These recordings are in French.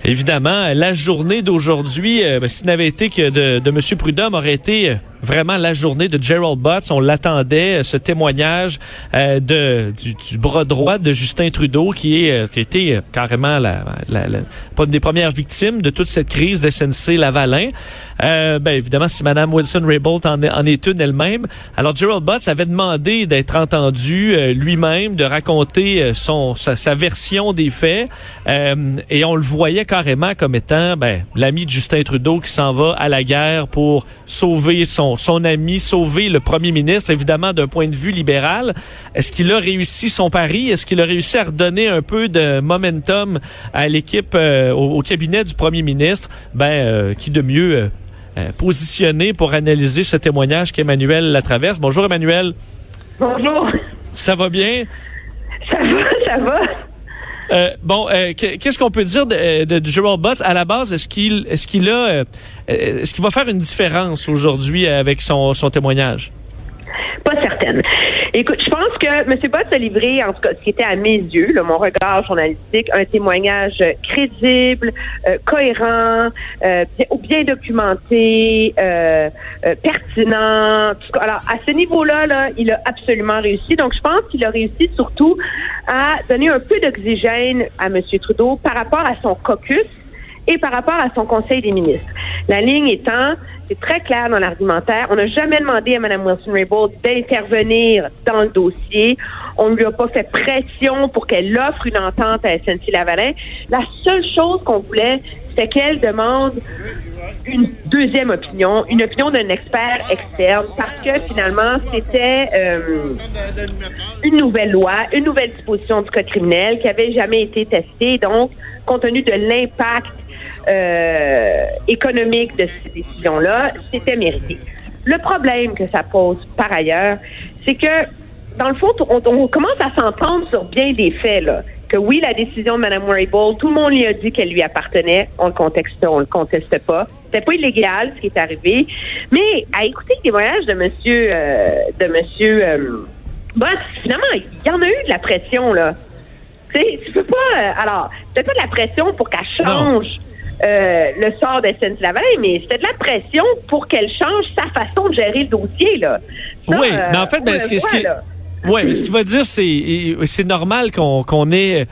Évidemment, la journée d'aujourd'hui, s'il n'avait été que de M. Prudhomme, aurait été vraiment la journée de Gerald Butts. On l'attendait, ce témoignage du bras droit de Justin Trudeau, qui a été carrément pas une des premières victimes de toute cette crise de SNC-Lavalin. Évidemment, si Mme Wilson-Raybould en est une elle-même. Alors, Gerald Butts avait demandé d'être entendu lui-même, de raconter sa version des faits. Et on le voyait carrément comme étant l'ami de Justin Trudeau qui s'en va à la guerre pour sauver son ami, sauver le premier ministre, évidemment d'un point de vue libéral. Est-ce qu'il a réussi son pari? Est-ce qu'il a réussi à redonner un peu de momentum à l'équipe, au cabinet du premier ministre? Qui de mieux positionné pour analyser ce témoignage qu'Emmanuel Latraverse. Bonjour Emmanuel. Bonjour. Ça va bien? Ça va. Qu'est-ce qu'on peut dire de Gerald Butts? À la base, est-ce qu'il va faire une différence aujourd'hui avec son témoignage? Pas certaine. Écoute, je pense que M. Butts a livré, en tout cas, ce qui était à mes yeux, mon regard journalistique, un témoignage crédible, cohérent, bien documenté, pertinent. Alors, à ce niveau-là, il a absolument réussi. Donc, je pense qu'il a réussi surtout à donner un peu d'oxygène à M. Trudeau par rapport à son caucus et par rapport à son conseil des ministres. La ligne étant, c'est très clair dans l'argumentaire, on n'a jamais demandé à Mme Wilson-Raybould d'intervenir dans le dossier. On ne lui a pas fait pression pour qu'elle offre une entente à SNC-Lavalin. La seule chose qu'on voulait, c'était qu'elle demande une deuxième opinion, une opinion d'un expert externe, parce que finalement, c'était une nouvelle loi, une nouvelle disposition du Code criminel qui avait jamais été testée. Donc, compte tenu de l'impact économique de ces décisions-là, c'était mérité. Le problème que ça pose par ailleurs, c'est que, dans le fond, on commence à s'entendre sur bien des faits, là. Que oui, la décision de Mme Raybould, tout le monde lui a dit qu'elle lui appartenait. On le conteste pas. C'était pas illégal, ce qui est arrivé. Mais, à écouter le témoignage de monsieur Butts, finalement, il y en a eu de la pression, là. Tu sais, tu peux pas, alors, c'était pas de la pression pour qu'elle change le sort de SNC-Lavalin, mais c'était de la pression pour qu'elle change sa façon de gérer le dossier, là. Ça, oui, mais en fait, mais ce qu'il va dire, c'est normal qu'on en ait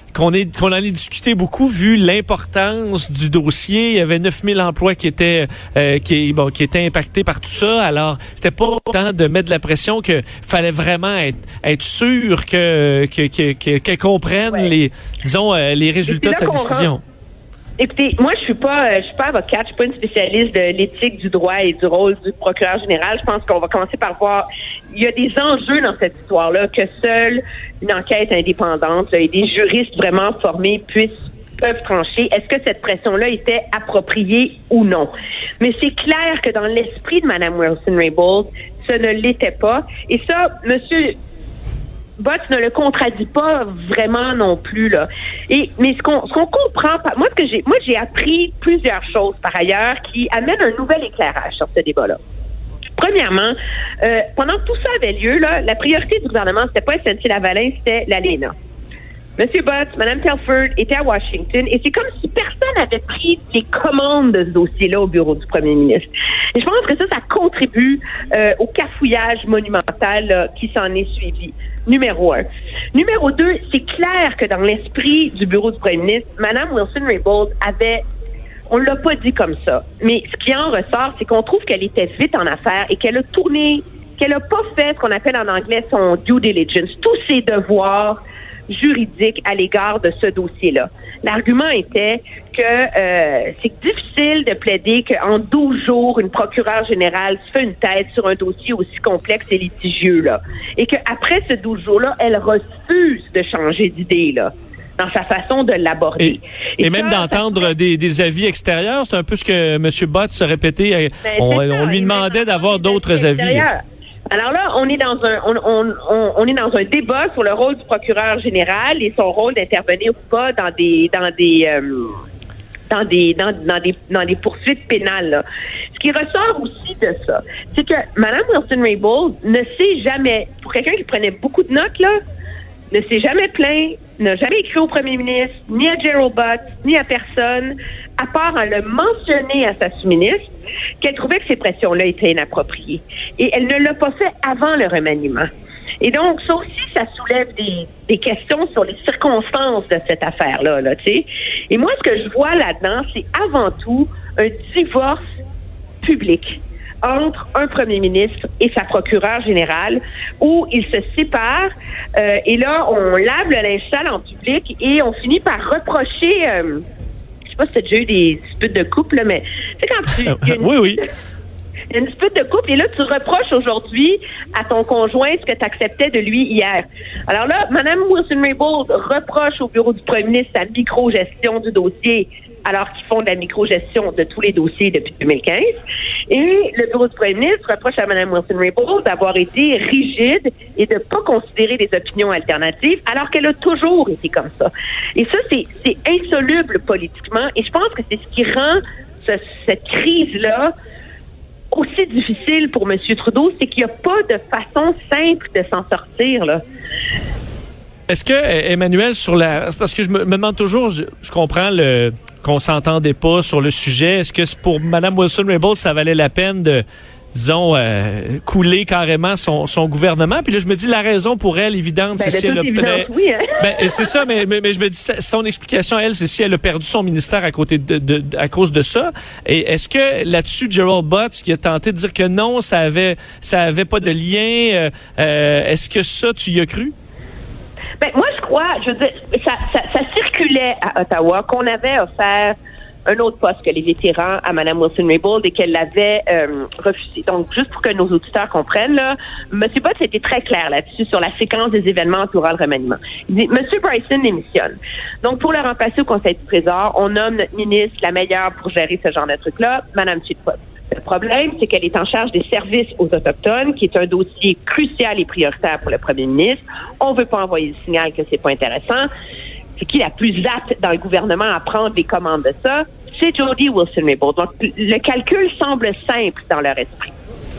discuté beaucoup, vu l'importance du dossier. Il y avait 9000 emplois qui étaient impactés par tout ça. Alors, c'était pas temps de mettre de la pression, que fallait vraiment être sûr qu'elle comprenne les résultats de sa décision. Écoutez, moi, je suis pas avocate, je suis pas une spécialiste de l'éthique du droit et du rôle du procureur général. Je pense qu'on va commencer par voir, il y a des enjeux dans cette histoire-là que seule une enquête indépendante et des juristes vraiment formés peuvent trancher. Est-ce que cette pression-là était appropriée ou non? Mais c'est clair que dans l'esprit de Mme Wilson-Raybould, ce ne l'était pas. Et ça, Monsieur Butts ne le contredit pas vraiment non plus, là. Mais ce qu'on comprend, moi j'ai appris plusieurs choses par ailleurs qui amènent un nouvel éclairage sur ce débat-là. Premièrement, pendant que tout ça avait lieu, là, la priorité du gouvernement, c'était pas SNC-Lavalin, c'était l'ALENA. M. Butts, Mme Telford étaient à Washington et c'est comme si personne n'avait pris les commandes de ce dossier-là au bureau du premier ministre. Et je pense que ça contribue au cafouillage monumental là, qui s'en est suivi. Numéro 1. Numéro 2, c'est clair que dans l'esprit du bureau du premier ministre, Mme Wilson-Raybould on l'a pas dit comme ça, mais ce qui en ressort, c'est qu'on trouve qu'elle était vite en affaires et qu'elle a pas fait ce qu'on appelle en anglais son due diligence, tous ses devoirs juridique à l'égard de ce dossier-là. L'argument était que c'est difficile de plaider qu'en 12 jours, une procureure générale se fait une tête sur un dossier aussi complexe et litigieux, là. Et qu'après ce 12 jours-là, elle refuse de changer d'idée, là, dans sa façon de l'aborder. Et même d'entendre des avis extérieurs, c'est un peu ce que M. Butts se répétait. On lui demandait d'avoir d'autres avis. Alors là, on est dans un débat sur le rôle du procureur général et son rôle d'intervenir ou pas dans des poursuites pénales, là. Ce qui ressort aussi de ça, c'est que Mme Wilson-Raybould ne s'est jamais, pour quelqu'un qui prenait beaucoup de notes, là, ne s'est jamais plaint n'a jamais écrit au premier ministre, ni à Gerald Butts, ni à personne, à part en le mentionner à sa sous-ministre, qu'elle trouvait que ces pressions-là étaient inappropriées. Et elle ne l'a pas fait avant le remaniement. Et donc, ça aussi, ça soulève des questions sur les circonstances de cette affaire-là, tu sais. Et moi, ce que je vois là-dedans, c'est avant tout un divorce public entre un premier ministre et sa procureure générale, où ils se séparent, et là, on lave le linge sale en public et on finit par reprocher, je sais pas si tu as déjà eu des disputes de couple, là, mais tu sais, quand tu... Oui. Il y a une dispute de couple et là, tu reproches aujourd'hui à ton conjoint ce que tu acceptais de lui hier. Alors là, Mme Wilson-Raybould reproche au bureau du premier ministre sa micro-gestion du dossier alors qu'ils font de la micro-gestion de tous les dossiers depuis 2015. Et le bureau du premier ministre reproche à Mme Wilson-Raybould d'avoir été rigide et de ne pas considérer des opinions alternatives alors qu'elle a toujours été comme ça. Et ça, c'est insoluble politiquement et je pense que c'est ce qui rend cette crise-là aussi difficile pour M. Trudeau, c'est qu'il n'y a pas de façon simple de s'en sortir, là. Est-ce que, Emmanuel, parce que je me demande toujours, je comprends qu'on s'entendait pas sur le sujet. Est-ce que pour Mme Wilson-Raybould, ça valait la peine de, disons, couler carrément son gouvernement? Puis là, je me dis, la raison pour elle, évidente, c'est si elle a... oui, hein? C'est ça, mais je me dis, son explication, elle, c'est si elle a perdu son ministère à cause de ça. Et est-ce que là-dessus, Gerald Butts, qui a tenté de dire que non, ça avait pas de lien, est-ce que ça, tu y as cru? Ben, moi, je crois, je veux dire, ça circulait à Ottawa qu'on avait offert un autre poste que les vétérans à Mme Wilson-Raybould et qu'elle l'avait refusé. Donc, juste pour que nos auditeurs comprennent, là, M. Butts était très clair là-dessus sur la séquence des événements entourant le remaniement. Il dit, M. Bryson démissionne. Donc, pour le remplacer au Conseil du Trésor, on nomme notre ministre la meilleure pour gérer ce genre de truc-là, Mme Chitwood. Le problème, c'est qu'elle est en charge des services aux Autochtones, qui est un dossier crucial et prioritaire pour le premier ministre. On ne veut pas envoyer le signal que c'est pas intéressant. C'est qui la plus apte dans le gouvernement à prendre les commandes de ça? C'est Jody Wilson-Raybould. Donc, le calcul semble simple dans leur esprit.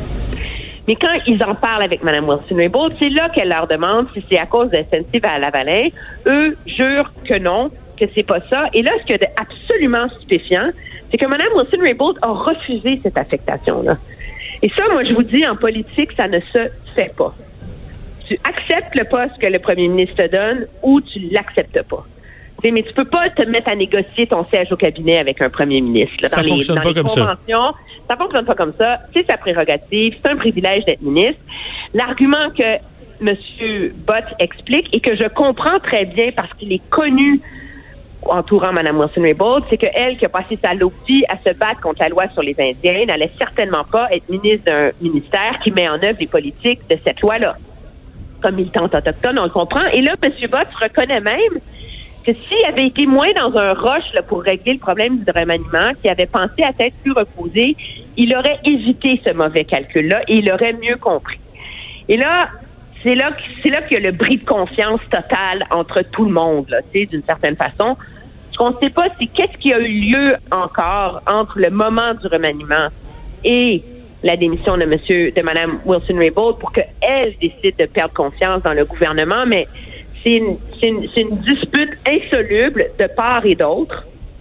Mais quand ils en parlent avec Mme Wilson-Raybould, c'est là qu'elle leur demande si c'est à cause de SNC-Lavalin. Eux jurent que non, que c'est pas ça. Et là, ce qui est absolument stupéfiant, c'est que Mme Wilson-Raybould a refusé cette affectation-là. Et ça, moi, je vous dis, en politique, ça ne se fait pas. Tu acceptes le poste que le premier ministre te donne ou tu l'acceptes pas. Mais tu peux pas te mettre à négocier ton siège au cabinet avec un premier ministre. Là, ça fonctionne pas comme ça. Ça fonctionne pas comme ça. C'est sa prérogative. C'est un privilège d'être ministre. L'argument que M. Butts explique et que je comprends très bien parce qu'il est connu entourant Mme Wilson-Raybould, c'est qu'elle qui a passé sa vie à se battre contre la loi sur les Indiens n'allait certainement pas être ministre d'un ministère qui met en œuvre les politiques de cette loi-là. Comme militante autochtone, on le comprend. Et là, M. Butts reconnaît même que s'il avait été moins dans un rush là, pour régler le problème du remaniement, qu'il avait pensé à tête plus reposée, il aurait évité ce mauvais calcul-là et il aurait mieux compris. Et là, c'est là qu'il y a le bris de confiance total entre tout le monde, là, tu sais, d'une certaine façon. Ce qu'on ne sait pas, c'est qu'est-ce qui a eu lieu encore entre le moment du remaniement et la démission de Mme Wilson-Raybould pour qu'elle décide de perdre confiance dans le gouvernement, mais c'est une dispute insoluble de part et d'autre.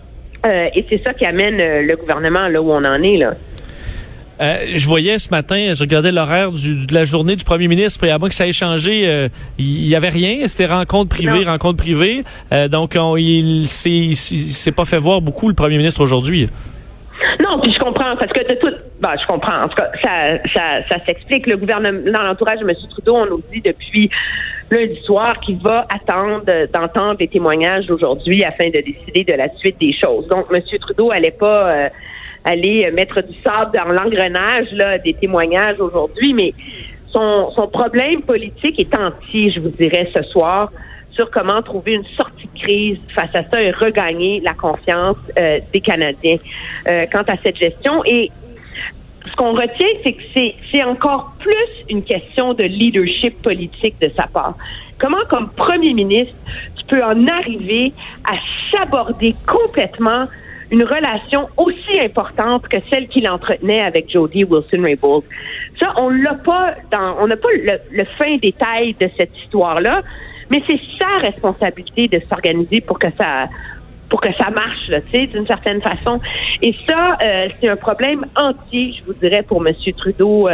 Et c'est ça qui amène le gouvernement là où on en est, là. Je voyais ce matin, je regardais l'horaire de la journée du premier ministre, et à moins que ça ait changé, il y avait rien. C'était rencontre privée. Donc, il s'est pas fait voir beaucoup, le premier ministre, aujourd'hui. Non, puis je comprends, parce que je comprends. En tout cas, ça s'explique. Le gouvernement, dans l'entourage de M. Trudeau, on nous dit depuis lundi soir qu'il va attendre d'entendre les témoignages d'aujourd'hui afin de décider de la suite des choses. Donc, M. Trudeau allait pas aller mettre du sable dans l'engrenage là des témoignages aujourd'hui, mais son problème politique est entier, je vous dirais, ce soir, sur comment trouver une sortie de crise face à ça et regagner la confiance des Canadiens quant à cette gestion. Et ce qu'on retient, c'est que c'est encore plus une question de leadership politique de sa part. Comment, comme premier ministre, tu peux en arriver à s'aborder complètement une relation aussi importante que celle qu'il entretenait avec Jody Wilson-Raybould. Ça, on n'a pas le fin détail de cette histoire-là, Mais c'est sa responsabilité de s'organiser pour que ça marche, là, tu sais, d'une certaine façon. Et ça, c'est un problème entier, je vous dirais, pour M. Trudeau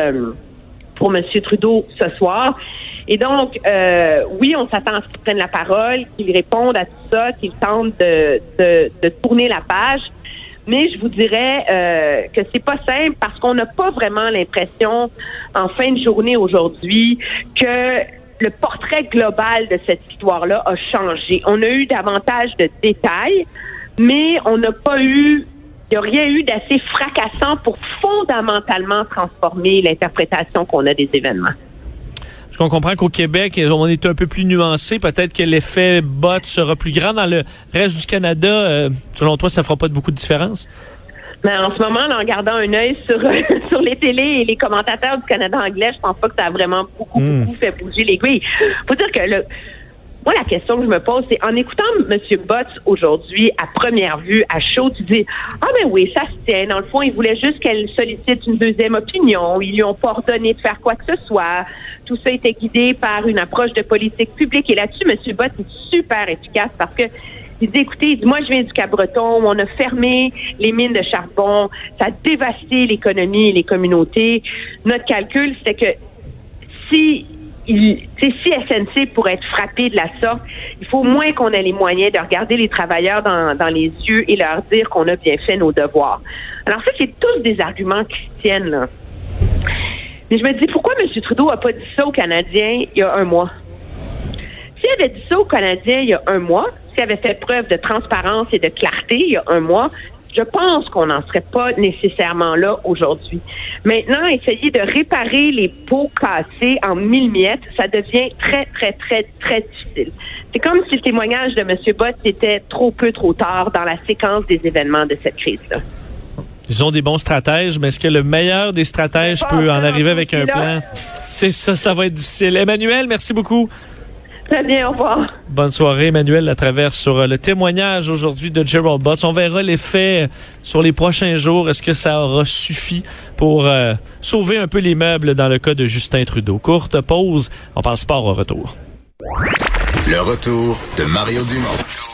ce soir. Et donc, oui, on s'attend à ce qu'il prenne la parole, qu'il réponde à tout ça, qu'il tente de tourner la page. Mais je vous dirais que c'est pas simple parce qu'on n'a pas vraiment l'impression, en fin de journée aujourd'hui, que le portrait global de cette histoire-là a changé. On a eu davantage de détails, mais il n'y a rien eu d'assez fracassant pour fondamentalement transformer l'interprétation qu'on a des événements. Parce qu'on comprend qu'au Québec, on est un peu plus nuancé. Peut-être que l'effet Bott sera plus grand. Dans le reste du Canada, selon toi, ça fera pas beaucoup de différence? Mais en ce moment, là, en gardant un œil sur les télés et les commentateurs du Canada anglais, je pense pas que ça a vraiment beaucoup fait bouger l'aiguille. Faut dire que moi, la question que je me pose, c'est en écoutant M. Bott aujourd'hui, à première vue, à chaud, tu dis « Ah ben oui, ça se tient. Dans le fond, il voulait juste qu'elle sollicite une deuxième opinion. Ils lui ont pas ordonné de faire quoi que ce soit. Tout ça était guidé par une approche de politique publique. » Et là-dessus, M. Bott est super efficace parce que il dit, écoutez, moi, je viens du Cap-Breton, on a fermé les mines de charbon, ça a dévasté l'économie et les communautés. Notre calcul, c'était que si SNC pourrait être frappé de la sorte, il faut au moins qu'on ait les moyens de regarder les travailleurs dans les yeux et leur dire qu'on a bien fait nos devoirs. Alors ça, c'est tous des arguments qui se tiennent, là. Mais je me dis, pourquoi M. Trudeau n'a pas dit ça aux Canadiens il y a un mois? S'il avait dit ça aux Canadiens il y a un mois, s'il avait fait preuve de transparence et de clarté il y a un mois, je pense qu'on n'en serait pas nécessairement là aujourd'hui. Maintenant, essayer de réparer les pots cassés en 1000 miettes, ça devient très, très, très, très difficile. C'est comme si le témoignage de M. Bott était trop peu, trop tard dans la séquence des événements de cette crise-là. Ils ont des bons stratèges, mais est-ce que le meilleur des stratèges peut en arriver avec un plan? C'est ça, ça va être difficile. Emmanuel, merci beaucoup. Très bien, au revoir. Bonne soirée, Emmanuel, à travers sur le témoignage aujourd'hui de Gerald Butts. On verra l'effet sur les prochains jours. Est-ce que ça aura suffi pour sauver un peu les meubles dans le cas de Justin Trudeau? Courte pause. On parle sport au retour. Le retour de Mario Dumont.